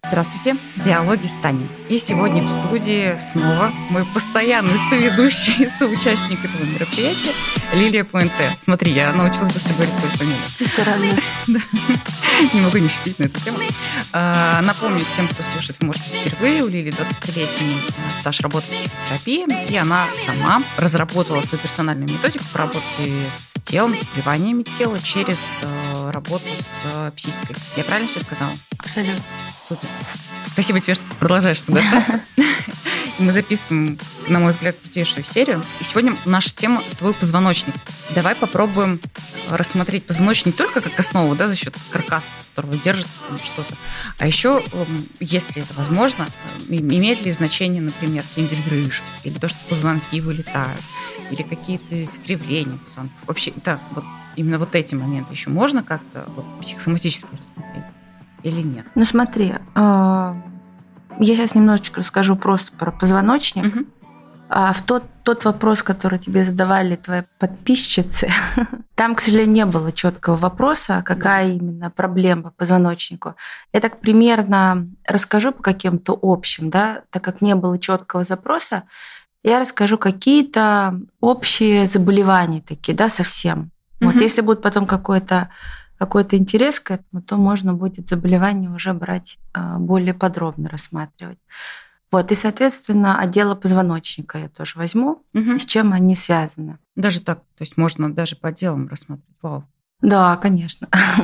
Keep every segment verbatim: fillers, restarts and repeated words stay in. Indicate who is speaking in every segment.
Speaker 1: Здравствуйте, диалоги с Таней. И сегодня в студии снова мой постоянный соведущий и соучастник этого мероприятия Лилия Пуэнте. Смотри, я научилась быстро говорить твою фамилию. Не могу не шутить на эту тему. Напомню тем, кто слушает, может быть, впервые, у Лилии двадцатилетний стаж работы в психотерапии, и она сама разработала свою персональную методику по работе с телом, с заболеваниями тела через работу с психикой. Я правильно все сказала?
Speaker 2: Абсолютно.
Speaker 1: Супер. Спасибо тебе, что ты продолжаешь соглашаться. Мы записываем, на мой взгляд, крутейшую серию. И сегодня наша тема с тобой позвоночник. Давай попробуем рассмотреть позвоночник не только как основу, да, за счет каркаса, которого держится там что-то, а еще, если это возможно, имеет ли значение, например, какие-нибудь грыжи, или то, что позвонки вылетают, или какие-то искривления позвонков. Вообще, да, вот именно вот эти моменты еще можно как-то вот, психосоматически рассмотреть или нет?
Speaker 2: Ну смотри, я сейчас немножечко расскажу просто про позвоночник. Угу. В тот, тот вопрос, который тебе задавали твои подписчицы, там, к сожалению, не было четкого вопроса, какая именно проблема по позвоночнику. Я так примерно расскажу по каким-то общим, да, так как не было четкого запроса, я расскажу какие-то общие заболевания такие, да, совсем. Вот, угу. Если будет потом какой-то какой-то интерес к этому, то можно будет заболевание уже брать более подробно, рассматривать. Вот, и, соответственно, отделы позвоночника я тоже возьму, угу. С чем они связаны.
Speaker 1: Даже так, то есть можно даже по отделам рассматривать. Вау.
Speaker 2: Да, конечно.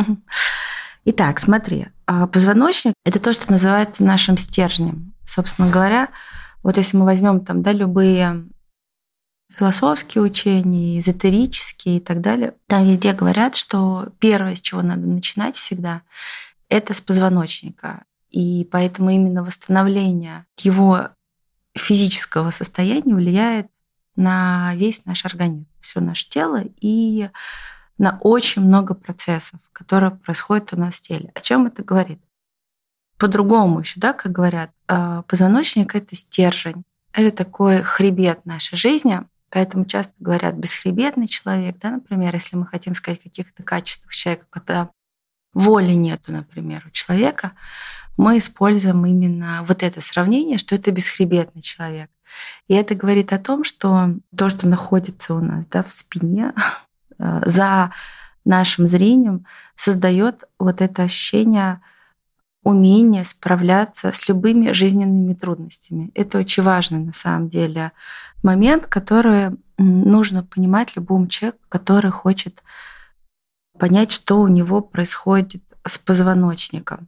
Speaker 2: Итак, смотри, позвоночник – это то, что называется нашим стержнем. Собственно говоря, вот если мы возьмем там, да, любые философские учения, эзотерические и так далее, там везде говорят, что первое, с чего надо начинать всегда, это с позвоночника. И поэтому именно восстановление его физического состояния влияет на весь наш организм, все наше тело и на очень много процессов, которые происходят у нас в теле. О чем это говорит? По-другому еще, да, как говорят, позвоночник – это стержень, это такой хребет нашей жизни. Поэтому часто говорят бесхребетный человек, да, например, если мы хотим сказать о каких-то качествах человека, когда воли нету, например, у человека, мы используем именно вот это сравнение, что это бесхребетный человек. И это говорит о том, что то, что находится у нас, да, в спине, за нашим зрением, создает вот это ощущение умение справляться с любыми жизненными трудностями. Это очень важный на самом деле момент, который нужно понимать любому человеку, который хочет понять, что у него происходит с позвоночником.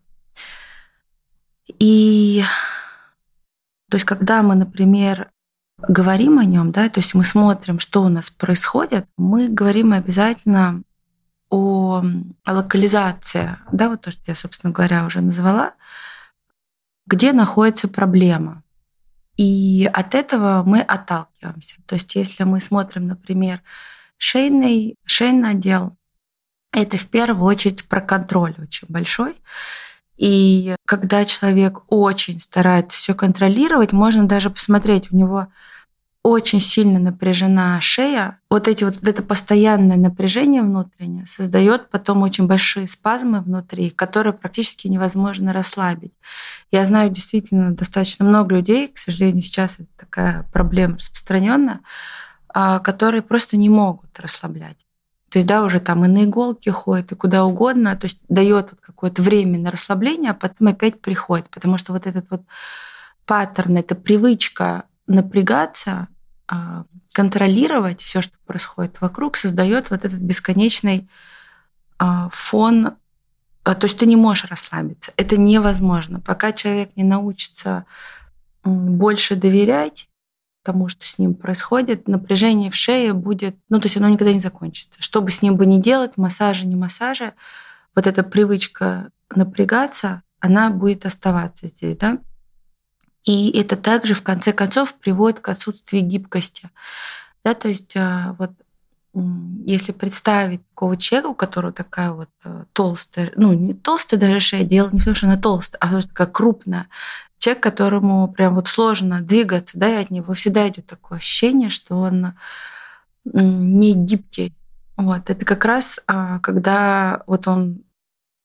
Speaker 2: И то есть, когда мы, например, говорим о нем, да, то есть мы смотрим, что у нас происходит, мы говорим обязательно о локализации, да, вот то, что я, собственно говоря, уже назвала, где находится проблема. И от этого мы отталкиваемся. То есть если мы смотрим, например, шейный, шейный отдел, это в первую очередь про контроль очень большой. И когда человек очень старается все контролировать, можно даже посмотреть, у него очень сильно напряжена шея, вот эти вот это постоянное напряжение внутреннее создает потом очень большие спазмы внутри, которые практически невозможно расслабить. Я знаю действительно достаточно много людей, к сожалению, сейчас это такая проблема распространенная, которые просто не могут расслаблять. То есть, да, уже там и на иголки ходят, и куда угодно, то есть дает вот какое-то время на расслабление, а потом опять приходит, потому что вот этот вот паттерн, эта привычка напрягаться, контролировать все, что происходит вокруг, создает вот этот бесконечный фон. То есть ты не можешь расслабиться. Это невозможно. Пока человек не научится больше доверять тому, что с ним происходит, напряжение в шее будет, ну, то есть оно никогда не закончится. Что бы с ним бы ни делать, массажи, не массажи, вот эта привычка напрягаться, она будет оставаться здесь, да. И это также, в конце концов, приводит к отсутствию гибкости. Да, то есть вот если представить такого человека, у которого такая вот толстая, ну, не толстая даже шея, дело не в том, что она толстая, а просто такая крупная. Человек, которому прям вот сложно двигаться, да, и от него всегда идет такое ощущение, что он не гибкий. Вот. Это как раз когда вот он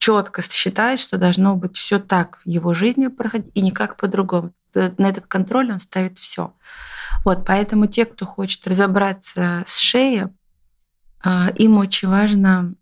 Speaker 2: четко считает, что должно быть все так в его жизни проходить и никак по-другому. На этот контроль он ставит все. Вот, поэтому те, кто хочет разобраться с шеей, им очень важно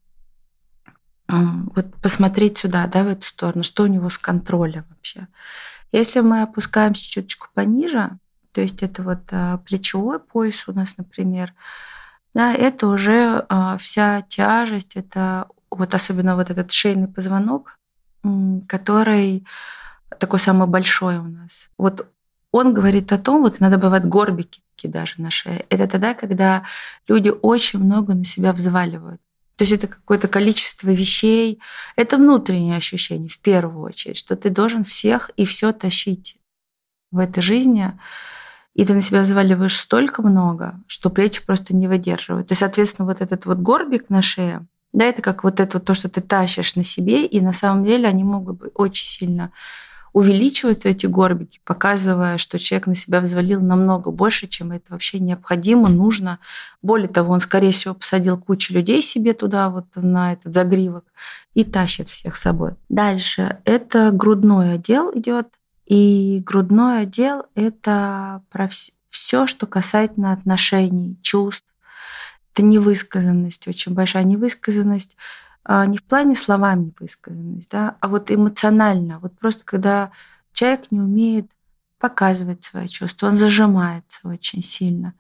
Speaker 2: вот посмотреть сюда, да, в эту сторону, что у него с контролем вообще. Если мы опускаемся чуточку пониже, то есть это вот плечевой пояс у нас, например, да, это уже вся тяжесть, это вот особенно вот этот шейный позвонок, который такой самый большой у нас. Вот он говорит о том, вот иногда бывают горбики такие даже на шее. Это тогда, когда люди очень много на себя взваливают. То есть это какое-то количество вещей. Это внутреннее ощущение в первую очередь, что ты должен всех и все тащить в этой жизни. И ты на себя взваливаешь столько много, что плечи просто не выдерживают. И, соответственно, вот этот вот горбик на шее, да, это как вот это вот то, что ты тащишь на себе, и на самом деле они могут быть очень сильно увеличиваются, эти горбики, показывая, что человек на себя взвалил намного больше, чем это вообще необходимо, нужно. Более того, он, скорее всего, посадил кучу людей себе туда, вот на этот загривок, и тащит всех с собой. Дальше это грудной отдел идет. И грудной отдел – это про все, что касательно отношений, чувств. Это невысказанность, очень большая невысказанность. Не в плане словами невысказанность, да, а вот эмоционально. Вот просто когда человек не умеет показывать свои чувства, он зажимается очень сильно.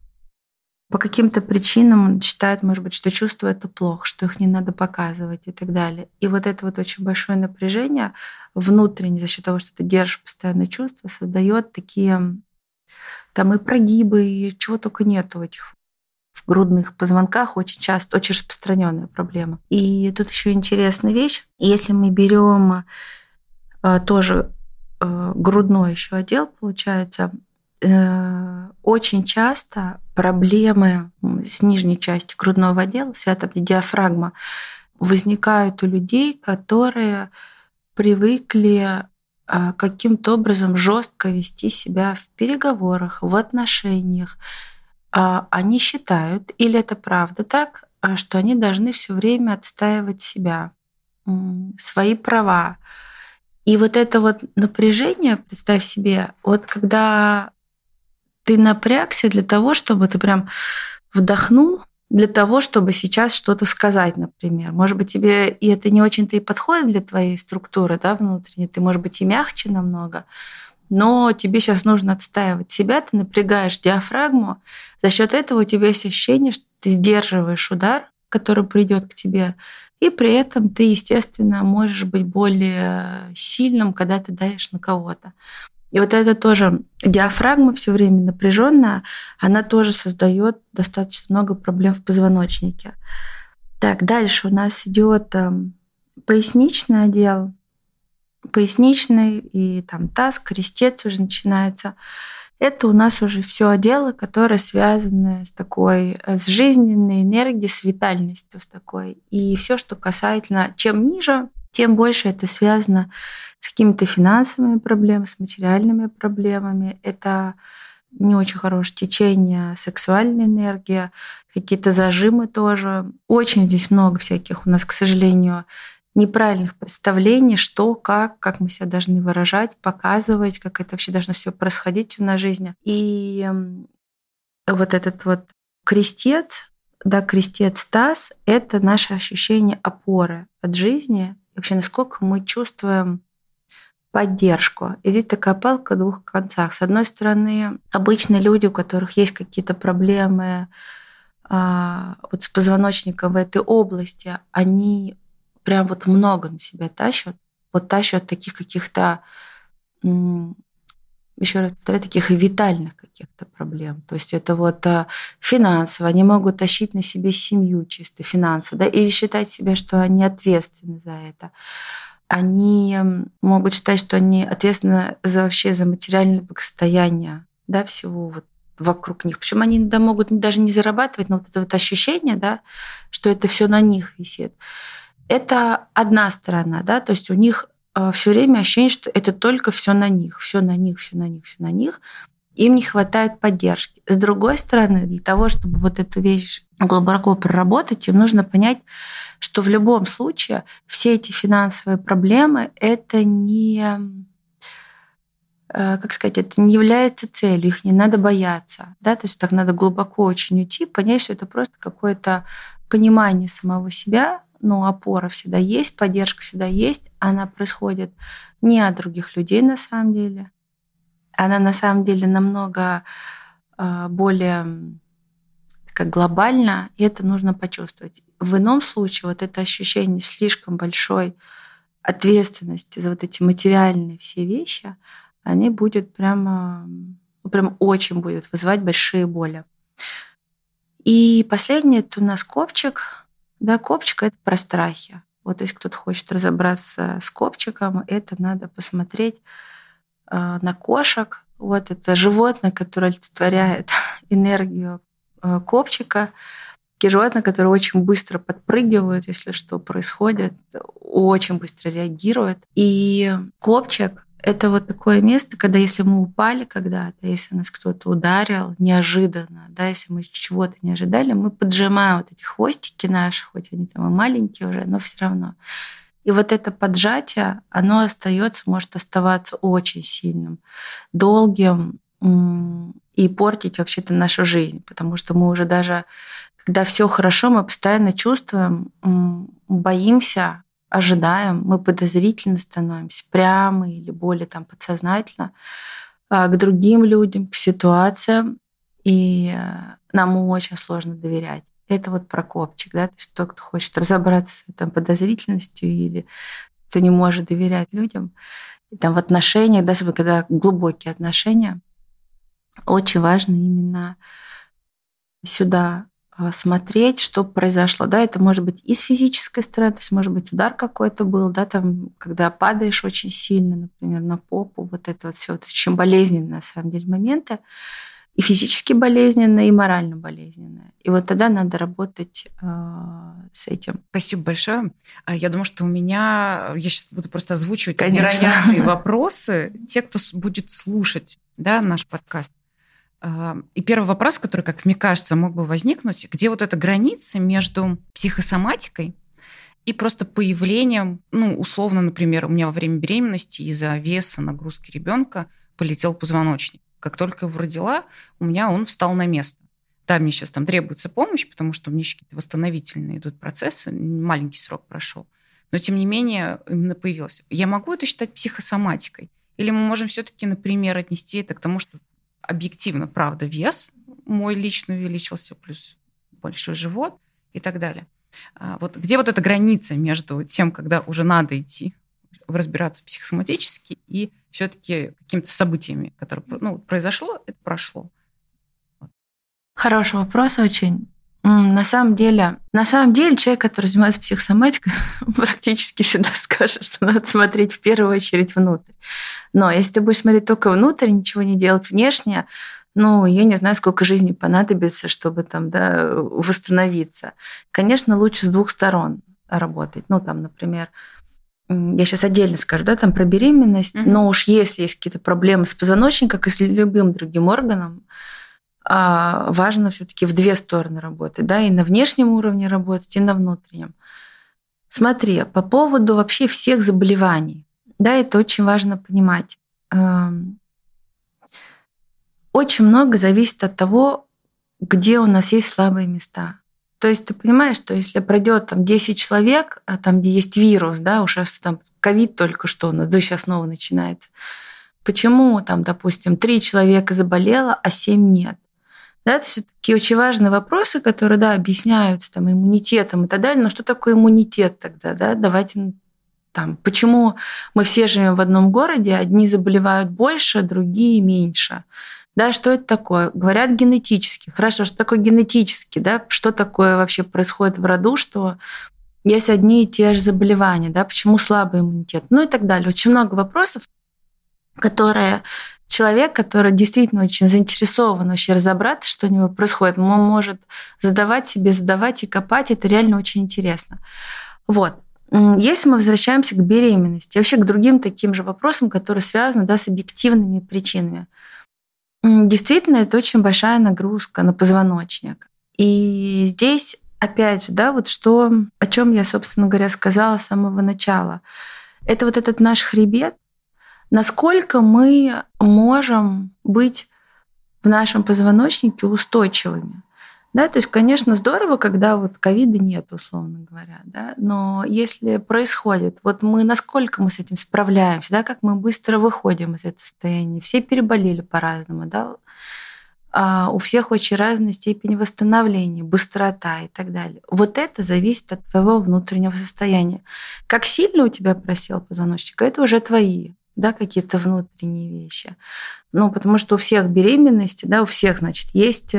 Speaker 2: По каким-то причинам он считает, может быть, что чувства — это плохо, что их не надо показывать и так далее. И вот это вот очень большое напряжение внутреннее за счет того, что ты держишь постоянно чувства, создает такие там и прогибы, и чего только нету в этих в грудных позвонках, очень часто, очень распространенная проблема. И тут еще интересная вещь. Если мы берем тоже грудной еще отдел, получается, очень часто проблемы с нижней частью грудного отдела, связанные с диафрагмой, возникают у людей, которые привыкли каким-то образом жестко вести себя в переговорах, в отношениях. Они считают, или это правда так, что они должны все время отстаивать себя, свои права. И вот это вот напряжение, представь себе, вот когда ты напрягся для того, чтобы ты прям вдохнул, для того, чтобы сейчас что-то сказать, например. Может быть, тебе и это не очень-то и подходит для твоей структуры, да, внутренней. Ты, может быть, и мягче намного, но тебе сейчас нужно отстаивать себя, ты напрягаешь диафрагму. За счет этого у тебя есть ощущение, что ты сдерживаешь удар, который придет к тебе, и при этом ты, естественно, можешь быть более сильным, когда ты давишь на кого-то. И вот это тоже диафрагма все время напряженная, она тоже создает достаточно много проблем в позвоночнике. Так, дальше у нас идет поясничный отдел. Поясничный и там таз, крестец уже начинается. Это у нас уже все отделы, которые связаны с такой, с жизненной энергией, с витальностью, с такой. И все, что касательно, чем ниже, тем больше это связано с какими-то финансовыми проблемами, с материальными проблемами. Это не очень хорошее течение, сексуальная энергия, какие-то зажимы тоже. Очень здесь много всяких у нас, к сожалению, неправильных представлений, что, как, как мы себя должны выражать, показывать, как это вообще должно все происходить у нас в жизни. И вот этот вот крестец, да, крестец таз — это наше ощущение опоры от жизни, и вообще насколько мы чувствуем поддержку. И здесь такая палка о двух концах. С одной стороны, обычные люди, у которых есть какие-то проблемы а, вот с позвоночником в этой области, они прям вот много на себя тащат, вот тащат таких каких-то, еще раз повторяю, таких и витальных каких-то проблем. То есть это вот финансово, они могут тащить на себе семью чисто финансово, да, или считать себя, что они ответственны за это. Они могут считать, что они ответственны за вообще за материальное благосостояние, да, всего вот вокруг них. Причем они иногда могут даже не зарабатывать, но вот это вот ощущение, да, что это все на них висит. Это одна сторона, да, то есть у них все время ощущение, что это только все на них, все на них, все на них, все на них. им не хватает поддержки. С другой стороны, для того, чтобы вот эту вещь глубоко проработать, им нужно понять, что в любом случае все эти финансовые проблемы — это не, как сказать, это не является целью, их не надо бояться. Да? То есть так надо глубоко очень уйти, понять, что это просто какое-то понимание самого себя, но опора всегда есть, поддержка всегда есть, она происходит не от других людей на самом деле. Она на самом деле намного более как глобальна, и это нужно почувствовать. В ином случае вот это ощущение слишком большой ответственности за вот эти материальные все вещи, они будут прямо, прям очень будут вызывать большие боли. И последнее — это у нас копчик. Да, копчик — это про страхи. Вот если кто-то хочет разобраться с копчиком, это надо посмотреть на кошек. Вот это животное, которое олицетворяет энергию копчика. Такие животные, которые очень быстро подпрыгивают, если что происходит, очень быстро реагируют. И копчик — это вот такое место, когда если мы упали когда-то, если нас кто-то ударил неожиданно, да, если мы чего-то не ожидали, мы поджимаем вот эти хвостики наши, хоть они там и маленькие уже, но все равно. И вот это поджатие, оно остается, может оставаться очень сильным, долгим и портить вообще-то нашу жизнь, потому что мы уже даже, когда все хорошо, мы постоянно чувствуем, боимся, ожидаем, мы подозрительно становимся, прямо или более там подсознательно к другим людям, к ситуациям, и нам очень сложно доверять. Это вот про копчик, да, то есть тот, кто хочет разобраться с этой подозрительностью или кто не может доверять людям, и там в отношениях, да, особенно когда глубокие отношения, очень важно именно сюда смотреть, что произошло. Да, это может быть и с физической стороны, то есть, может быть, удар какой-то был, да, там, когда падаешь очень сильно, например, на попу, вот это вот все, это очень болезненные, на самом деле, моменты, и физически болезненные, и морально болезненные. И вот тогда надо работать э, с этим.
Speaker 1: Спасибо большое. Я думаю, что у меня... Я сейчас буду просто озвучивать вероятные вопросы. Те, кто будет слушать, да, наш подкаст. И первый вопрос, который, как мне кажется, мог бы возникнуть, где вот эта граница между психосоматикой и просто появлением, ну, условно, например, у меня во время беременности из-за веса, нагрузки ребенка полетел позвоночник. Как только его родила, у меня он встал на место. Да, мне сейчас там требуется помощь, потому что у меня еще какие-то восстановительные идут процессы, маленький срок прошел. Но, тем не менее, именно появился. Я могу это считать психосоматикой? Или мы можем все-таки, например, отнести это к тому, что объективно, правда, вес мой лично увеличился, плюс большой живот и так далее. Вот где вот эта граница между тем, когда уже надо идти разбираться психосоматически и все-таки какими-то событиями, которые, ну, произошло, это прошло. Вот.
Speaker 2: Хороший вопрос очень. На самом деле, на самом деле человек, который занимается психосоматикой, практически всегда скажет, что надо смотреть в первую очередь внутрь. Но если ты будешь смотреть только внутрь, ничего не делать внешне, ну, я не знаю, сколько жизни понадобится, чтобы там, да, восстановиться. Конечно, лучше с двух сторон работать. Ну, там, например, я сейчас отдельно скажу, да, там про беременность, mm-hmm. но уж если есть какие-то проблемы с позвоночником, как и с любым другим органом, важно все-таки в две стороны работать, да, и на внешнем уровне работать, и на внутреннем. Смотри, по поводу вообще всех заболеваний, да, это очень важно понимать. Очень много зависит от того, где у нас есть слабые места. То есть ты понимаешь, что если пройдет там десять человек, а там, где есть вирус, да, уже там ковид только что, но да, сейчас снова начинается, почему там, допустим, три человека заболело, а семь нет? Да, это все такие очень важные вопросы, которые, да, объясняются там иммунитетом и так далее. Но что такое иммунитет тогда, да? Давайте там, почему мы все живем в одном городе, одни заболевают больше, другие меньше? Да, что это такое? Говорят генетически. Хорошо, что такое генетически, да? Что такое вообще происходит в роду, что есть одни и те же заболевания, да? Почему слабый иммунитет? Ну и так далее. Очень много вопросов, которые человек, который действительно очень заинтересован вообще разобраться, что у него происходит, он может задавать себе, задавать и копать. Это реально очень интересно. Вот. Если мы возвращаемся к беременности, вообще к другим таким же вопросам, которые связаны, да, с объективными причинами. Действительно, это очень большая нагрузка на позвоночник. И здесь, опять же, да, вот что, о чем я, собственно говоря, сказала с самого начала. Это вот этот наш хребет, насколько мы можем быть в нашем позвоночнике устойчивыми. Да, то есть, конечно, здорово, когда вот ковида нет, условно говоря, да, но если происходит, вот мы, насколько мы с этим справляемся, да, как мы быстро выходим из этого состояния, все переболели по-разному, да, а у всех очень разная степень восстановления, быстрота и так далее. Вот это зависит от твоего внутреннего состояния. Как сильно у тебя просел позвоночник, это уже твои, да, какие-то внутренние вещи. Ну, потому что у всех беременности, да, у всех, значит, есть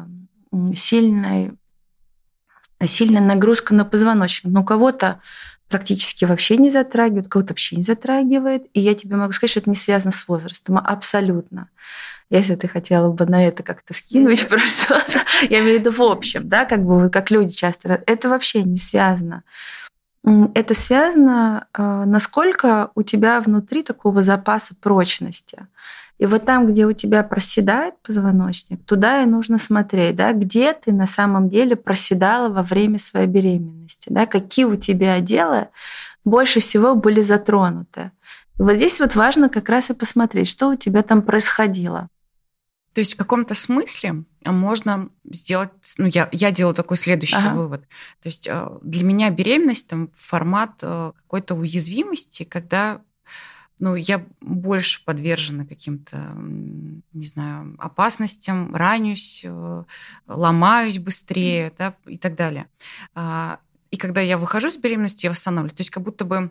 Speaker 2: сильная, сильная нагрузка на позвоночник. Но у кого-то практически вообще не затрагивает, у кого-то вообще не затрагивает. И я тебе могу сказать, что это не связано с возрастом. Абсолютно. Если ты хотела бы на это как-то скинуть про что-то, я имею в виду в общем, да, как бы как люди часто... Это вообще не связано. Это связано, насколько у тебя внутри такого запаса прочности. И вот там, где у тебя проседает позвоночник, туда и нужно смотреть, да, где ты на самом деле проседала во время своей беременности, да, какие у тебя отделы больше всего были затронуты. И вот здесь вот важно как раз и посмотреть, что у тебя там происходило.
Speaker 1: То есть в каком-то смысле можно сделать, ну, я, я делаю такой следующий ага. вывод. То есть для меня беременность там формат какой-то уязвимости, когда ну, я больше подвержена каким-то, не знаю, опасностям, ранюсь, ломаюсь быстрее, да, и так далее. И когда я выхожу с беременности, я восстанавливаюсь. То есть как будто бы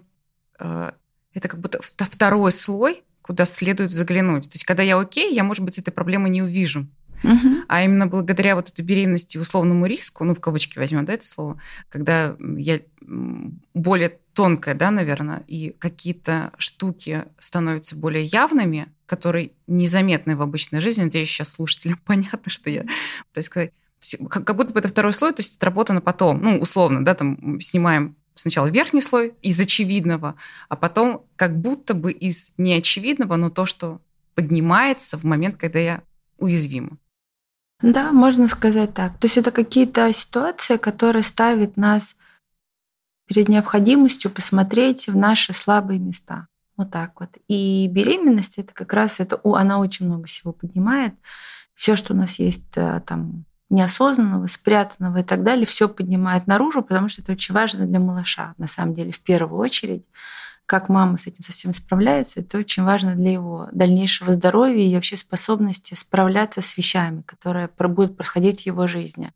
Speaker 1: это как будто второй слой, куда следует заглянуть. То есть когда я окей, я, может быть, этой проблемы не увижу. Uh-huh. А именно благодаря вот этой беременности условному риску, ну, в кавычки возьмем, да, это слово, когда я более тонкая, да, наверное, и какие-то штуки становятся более явными, которые незаметны в обычной жизни. Надеюсь, сейчас слушателям понятно, что я... То есть сказать, как будто бы это второй слой, то есть отработано потом. Ну, условно, да, там снимаем сначала верхний слой из очевидного, а потом как будто бы из неочевидного, но то, что поднимается в момент, когда я уязвима.
Speaker 2: Да, можно сказать так. То есть это какие-то ситуации, которые ставят нас перед необходимостью посмотреть в наши слабые места. Вот так вот. И беременность это как раз это, она очень много всего поднимает. Все, что у нас есть там неосознанного, спрятанного и так далее, все поднимает наружу, потому что это очень важно для малыша. На самом деле, в первую очередь, как мама с этим совсем справляется, это очень важно для его дальнейшего здоровья и вообще способности справляться с вещами, которые будут происходить в его жизни.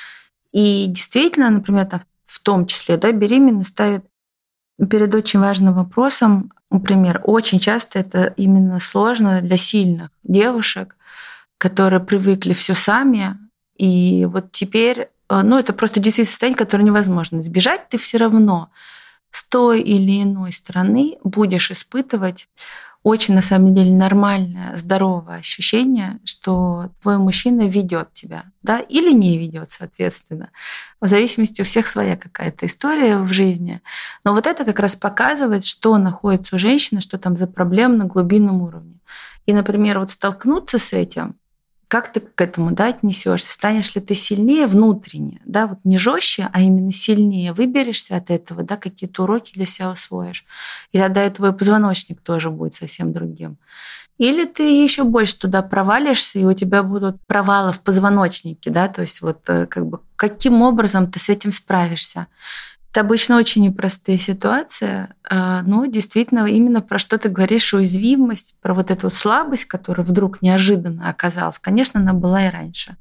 Speaker 2: И действительно, например, там, в том числе, да, беременность ставит перед очень важным вопросом, например, очень часто это именно сложно для сильных девушек, которые привыкли все сами, и вот теперь, ну, это просто действительно состояние, которое невозможно избежать, ты все равно с той или иной стороны будешь испытывать очень, на самом деле, нормальное, здоровое ощущение, что твой мужчина ведет тебя, да, или не ведет, соответственно. В зависимости у всех своя какая-то история в жизни. Но вот это как раз показывает, что находится у женщины, что там за проблем на глубинном уровне. И, например, вот столкнуться с этим, как ты к этому, да, отнесешься? Станешь ли ты сильнее внутренне, да, вот не жестче, а именно сильнее выберешься от этого, да, какие-то уроки для себя усвоишь, и тогда и твой позвоночник тоже будет совсем другим. Или ты еще больше туда провалишься, и у тебя будут провалы в позвоночнике, да, то есть вот как бы каким образом ты с этим справишься? Это обычно очень непростые ситуации, но действительно именно про что ты говоришь, уязвимость, про вот эту слабость, которая вдруг неожиданно оказалась. Конечно, она была и раньше.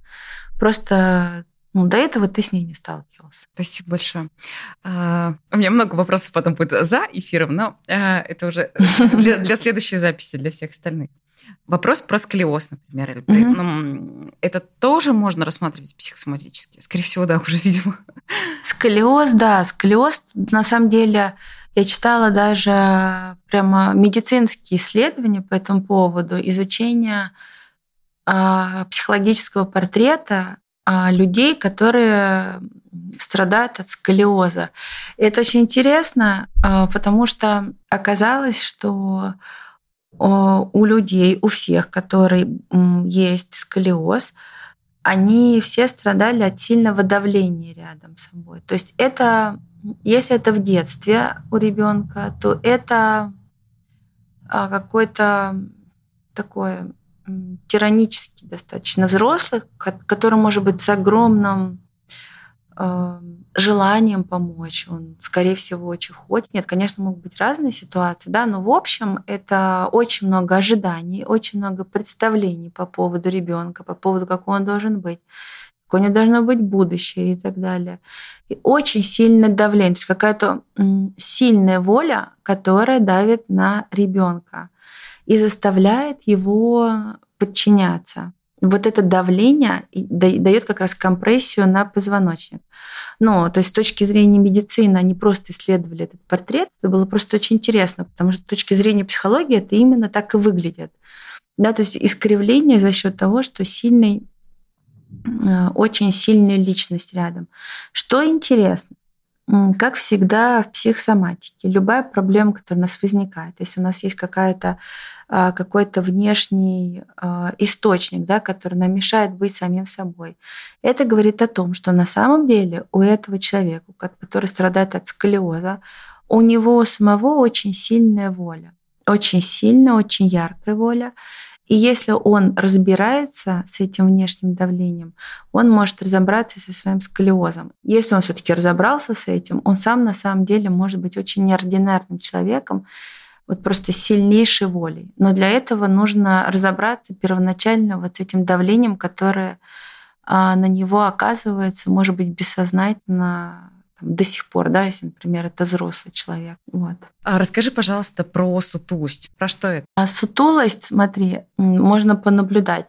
Speaker 2: Просто ну, до этого ты с ней не сталкивался.
Speaker 1: Спасибо большое. У меня много вопросов потом будет за эфиром, но это уже для, для следующей записи, для всех остальных. Вопрос про сколиоз, например. Или про... Mm-hmm. Ну, это тоже можно рассматривать психосоматически? Скорее всего, да, уже, видимо.
Speaker 2: Сколиоз, да. Сколиоз, на самом деле, я читала даже прямо медицинские исследования по этому поводу, изучение э, психологического портрета э, людей, которые страдают от сколиоза. И это очень интересно, э, потому что оказалось, что у людей, у всех, которые есть сколиоз, они все страдали от сильного давления рядом с собой. То есть это, если это в детстве у ребенка, то это какой-то такой тиранический достаточно взрослый, который может быть с огромным желанием помочь, он, скорее всего, очень хочет. Нет, конечно, могут быть разные ситуации, да, но в общем это очень много ожиданий, очень много представлений по поводу ребенка, по поводу, какой он должен быть, какое у него должно быть будущее и так далее. И очень сильное давление, то есть какая-то сильная воля, которая давит на ребенка и заставляет его подчиняться. Вот это давление дает как раз компрессию на позвоночник. Но, то есть с точки зрения медицины они просто исследовали этот портрет. Это было просто очень интересно, потому что с точки зрения психологии это именно так и выглядит. Да, то есть искривление за счет того, что сильный, очень сильная личность рядом. Что интересно, как всегда в психосоматике, любая проблема, которая у нас возникает, если у нас есть какая-то, какой-то внешний источник, да, который нам мешает быть самим собой, это говорит о том, что на самом деле у этого человека, который страдает от сколиоза, у него самого очень сильная воля, очень сильная, очень яркая воля. И если он разбирается с этим внешним давлением, он может разобраться со своим сколиозом. Если он все-таки разобрался с этим, он сам на самом деле может быть очень неординарным человеком, вот просто сильнейшей волей. Но для этого нужно разобраться первоначально вот с этим давлением, которое на него оказывается, может быть, бессознательно до сих пор, да, если, например, это взрослый человек. Вот.
Speaker 1: А расскажи, пожалуйста, про сутулость. Про что это?
Speaker 2: А сутулость, смотри, можно понаблюдать.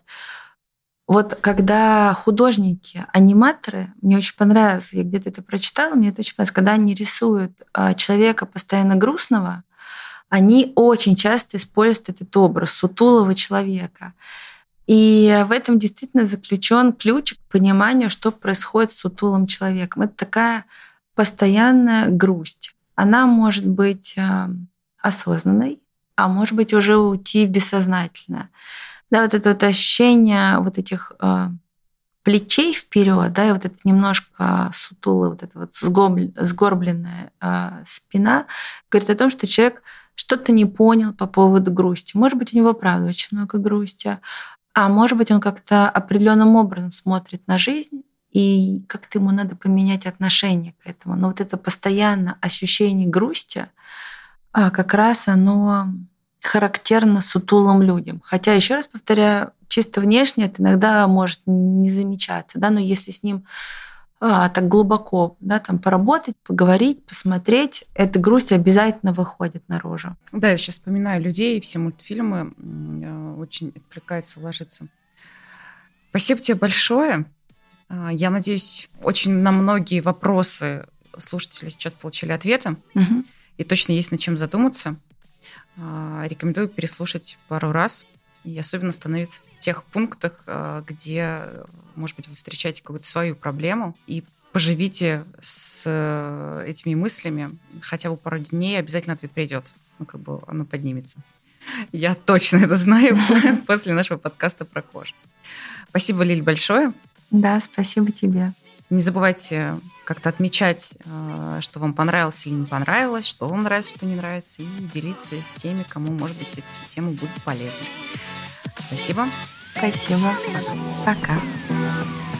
Speaker 2: Вот когда художники, аниматоры, мне очень понравилось, я где-то это прочитала, мне это очень понравилось, когда они рисуют человека постоянно грустного, они очень часто используют этот образ сутулого человека. И в этом действительно заключен ключ к пониманию, что происходит с сутулым человеком. Это такая постоянная грусть. Она может быть осознанной, а может быть уже уйти в бессознательное. Да, вот это вот ощущение вот этих плечей вперед, да, и вот это немножко сутулая, вот эта вот сгорбленная спина, говорит о том, что человек что-то не понял по поводу грусти. Может быть, у него, правда, очень много грусти, а может быть, он как-то определенным образом смотрит на жизнь, и как-то ему надо поменять отношение к этому. Но вот это постоянное ощущение грусти, как раз оно характерно сутулым людям. Хотя, еще раз повторяю, чисто внешне это иногда может не замечаться, да, но если с ним а, так глубоко, да, там поработать, поговорить, посмотреть, эта грусть обязательно выходит наружу.
Speaker 1: Да, я сейчас вспоминаю людей, все мультфильмы очень откликаются, ложится. Спасибо тебе большое. Я надеюсь, очень на многие вопросы слушатели сейчас получили ответы.
Speaker 2: Угу.
Speaker 1: И точно есть над чем задуматься. Рекомендую переслушать пару раз. И особенно остановиться в тех пунктах, где, может быть, вы встречаете какую-то свою проблему. И поживите с этими мыслями. Хотя бы пару дней обязательно ответ придет. Ну, как бы оно поднимется. Я точно это знаю после нашего подкаста про кожу. Спасибо, Лиль, большое.
Speaker 2: Да, спасибо тебе.
Speaker 1: Не забывайте как-то отмечать, что вам понравилось или не понравилось, что вам нравится, что не нравится, и делиться с теми, кому, может быть, эти темы будут полезны. Спасибо.
Speaker 2: Спасибо. Пока. Пока.